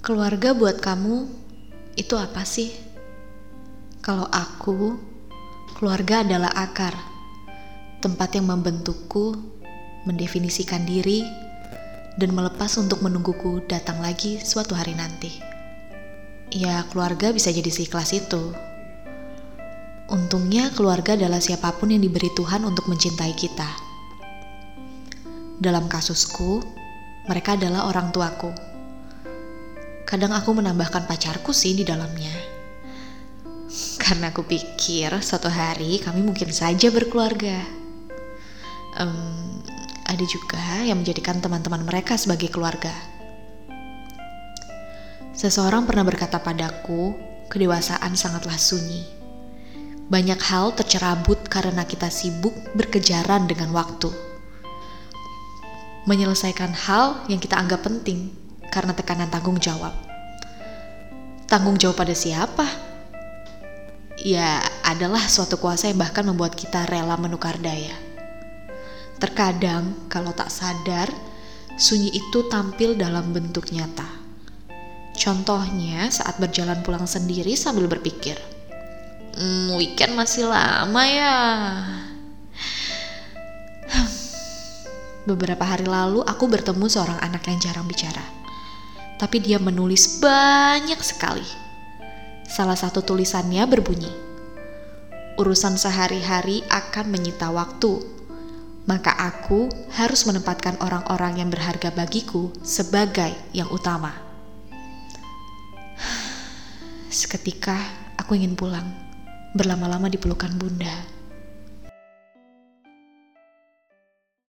Keluarga buat kamu itu apa sih? Kalau aku, keluarga adalah akar, tempat yang membentukku, mendefinisikan diri, dan melepas untuk menungguku datang lagi suatu hari nanti. Ya, keluarga bisa jadi seikhlas itu. Untungnya keluarga adalah siapapun yang diberi Tuhan untuk mencintai kita. Dalam kasusku, mereka adalah orang tuaku. Kadang aku menambahkan pacarku sih di dalamnya. Karena aku pikir suatu hari kami mungkin saja berkeluarga. Ada juga yang menjadikan teman-teman mereka sebagai keluarga. Seseorang pernah berkata padaku, kedewasaan sangatlah sunyi. Banyak hal tercerabut karena kita sibuk berkejaran dengan waktu. Menyelesaikan hal yang kita anggap penting karena tekanan tanggung jawab. Tanggung jawab pada siapa? Ya, adalah suatu kuasa yang bahkan membuat kita rela menukar daya. Terkadang, kalau tak sadar, sunyi itu tampil dalam bentuk nyata. Contohnya saat berjalan pulang sendiri sambil berpikir, weekend masih lama ya. Beberapa hari lalu aku bertemu seorang anak yang jarang bicara. Tapi dia menulis banyak sekali. Salah satu tulisannya berbunyi, urusan sehari-hari akan menyita waktu. Maka aku harus menempatkan orang-orang yang berharga bagiku sebagai yang utama. Seketika aku ingin pulang, berlama-lama di pelukan bunda.